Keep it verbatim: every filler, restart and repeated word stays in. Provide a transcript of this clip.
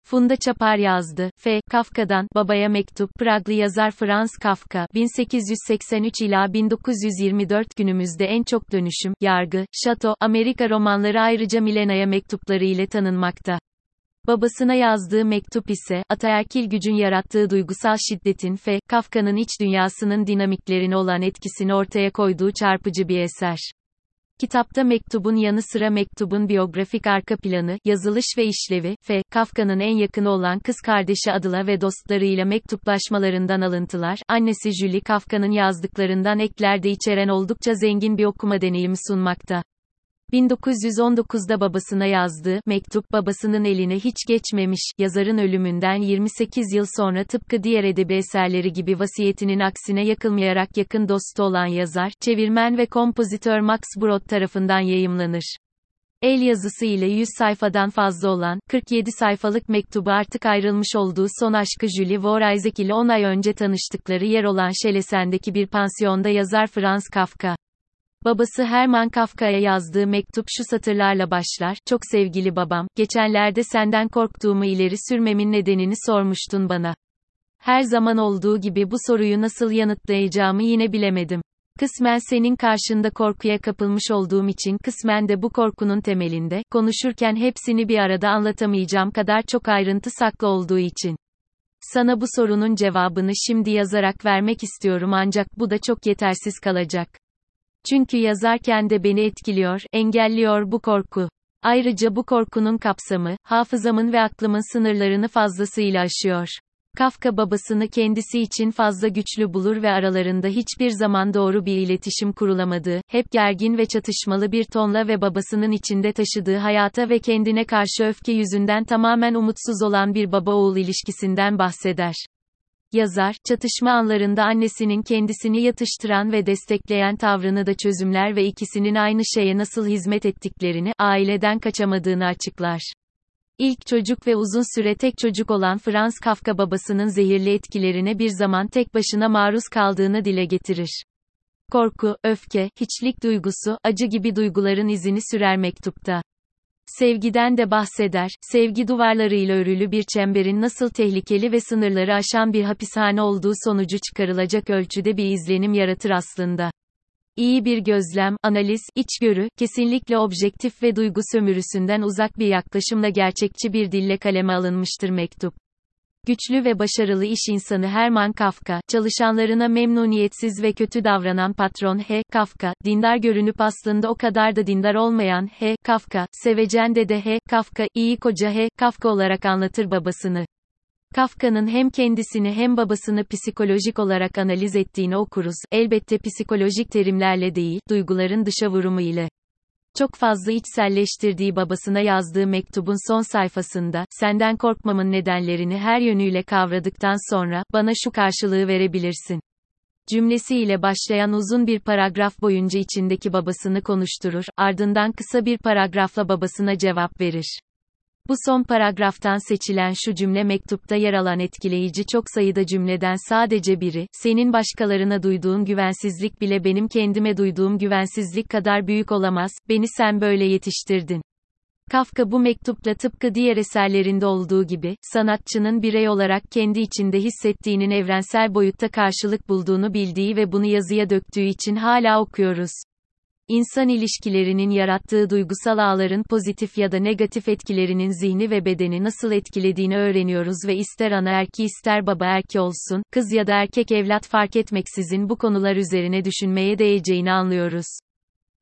Funda Çapar yazdı. F. Kafka'dan Babaya Mektup. Praglı yazar Franz Kafka, bin sekiz yüz seksen üç ila bin dokuz yüz yirmi dört günümüzde en çok Dönüşüm, Yargı, Şato, Amerika romanları ayrıca Milena'ya mektupları ile tanınmakta. Babasına yazdığı mektup ise, ataerkil gücün yarattığı duygusal şiddetin F. Kafka'nın iç dünyasının dinamiklerine olan etkisini ortaya koyduğu çarpıcı bir eser. Kitapta mektubun yanı sıra mektubun biyografik arka planı, yazılış ve işlevi, F. Kafka'nın en yakını olan kız kardeşi Adela ve dostlarıyla mektuplaşmalarından alıntılar, annesi Julie Kafka'nın yazdıklarından ekler de içeren oldukça zengin bir okuma deneyimi sunmakta. bin dokuz yüz on dokuzda babasına yazdığı mektup, babasının eline hiç geçmemiş, yazarın ölümünden yirmi sekiz yıl sonra tıpkı diğer edebi eserleri gibi vasiyetinin aksine yakılmayarak yakın dostu olan yazar, çevirmen ve kompozitör Max Brod tarafından yayımlanır. El yazısı ile yüz sayfadan fazla olan, kırk yedi sayfalık mektubu artık ayrılmış olduğu son aşkı Julie Woyzeck ile on ay önce tanıştıkları yer olan Şelesen'deki bir pansiyonda yazar Franz Kafka. Babası Hermann Kafka'ya yazdığı mektup şu satırlarla başlar: "Çok sevgili babam, geçenlerde senden korktuğumu ileri sürmemin nedenini sormuştun bana. Her zaman olduğu gibi bu soruyu nasıl yanıtlayacağımı yine bilemedim. Kısmen senin karşında korkuya kapılmış olduğum için, kısmen de bu korkunun temelinde, konuşurken hepsini bir arada anlatamayacağım kadar çok ayrıntı saklı olduğu için. Sana bu sorunun cevabını şimdi yazarak vermek istiyorum, ancak bu da çok yetersiz kalacak. Çünkü yazarken de beni etkiliyor, engelliyor bu korku. Ayrıca bu korkunun kapsamı, hafızamın ve aklımın sınırlarını fazlasıyla aşıyor." Kafka babasını kendisi için fazla güçlü bulur ve aralarında hiçbir zaman doğru bir iletişim kurulamadığı, hep gergin ve çatışmalı bir tonla ve babasının içinde taşıdığı hayata ve kendine karşı öfke yüzünden tamamen umutsuz olan bir baba-oğul ilişkisinden bahseder. Yazar, çatışma anlarında annesinin kendisini yatıştıran ve destekleyen tavrını da çözümler ve ikisinin aynı şeye nasıl hizmet ettiklerini, aileden kaçamadığını açıklar. İlk çocuk ve uzun süre tek çocuk olan Franz Kafka babasının zehirli etkilerine bir zaman tek başına maruz kaldığını dile getirir. Korku, öfke, hiçlik duygusu, acı gibi duyguların izini sürer mektupta. Sevgiden de bahseder, sevgi duvarlarıyla örülü bir çemberin nasıl tehlikeli ve sınırları aşan bir hapishane olduğu sonucu çıkarılacak ölçüde bir izlenim yaratır aslında. İyi bir gözlem, analiz, içgörü, kesinlikle objektif ve duygu sömürüsünden uzak bir yaklaşımla gerçekçi bir dille kaleme alınmıştır mektup. Güçlü ve başarılı iş insanı Hermann Kafka, çalışanlarına memnuniyetsiz ve kötü davranan patron H. Kafka, dindar görünüp aslında o kadar da dindar olmayan H. Kafka, sevecen dede H. Kafka, iyi koca H. Kafka olarak anlatır babasını. Kafka'nın hem kendisini hem babasını psikolojik olarak analiz ettiğini okuruz, elbette psikolojik terimlerle değil, duyguların dışa vurumu ile. Çok fazla içselleştirdiği babasına yazdığı mektubun son sayfasında, "Senden korkmamın nedenlerini her yönüyle kavradıktan sonra, bana şu karşılığı verebilirsin." cümlesiyle başlayan uzun bir paragraf boyunca içindeki babasını konuşturur, ardından kısa bir paragrafla babasına cevap verir. Bu son paragraftan seçilen şu cümle mektupta yer alan etkileyici çok sayıda cümleden sadece biri, "Senin başkalarına duyduğun güvensizlik bile benim kendime duyduğum güvensizlik kadar büyük olamaz, beni sen böyle yetiştirdin." Kafka bu mektupla tıpkı diğer eserlerinde olduğu gibi, sanatçının birey olarak kendi içinde hissettiğinin evrensel boyutta karşılık bulduğunu bildiği ve bunu yazıya döktüğü için hala okuyoruz. İnsan ilişkilerinin yarattığı duygusal ağların pozitif ya da negatif etkilerinin zihni ve bedeni nasıl etkilediğini öğreniyoruz ve ister anaerki ister babaerki olsun, kız ya da erkek evlat fark etmeksizin bu konular üzerine düşünmeye değeceğini anlıyoruz.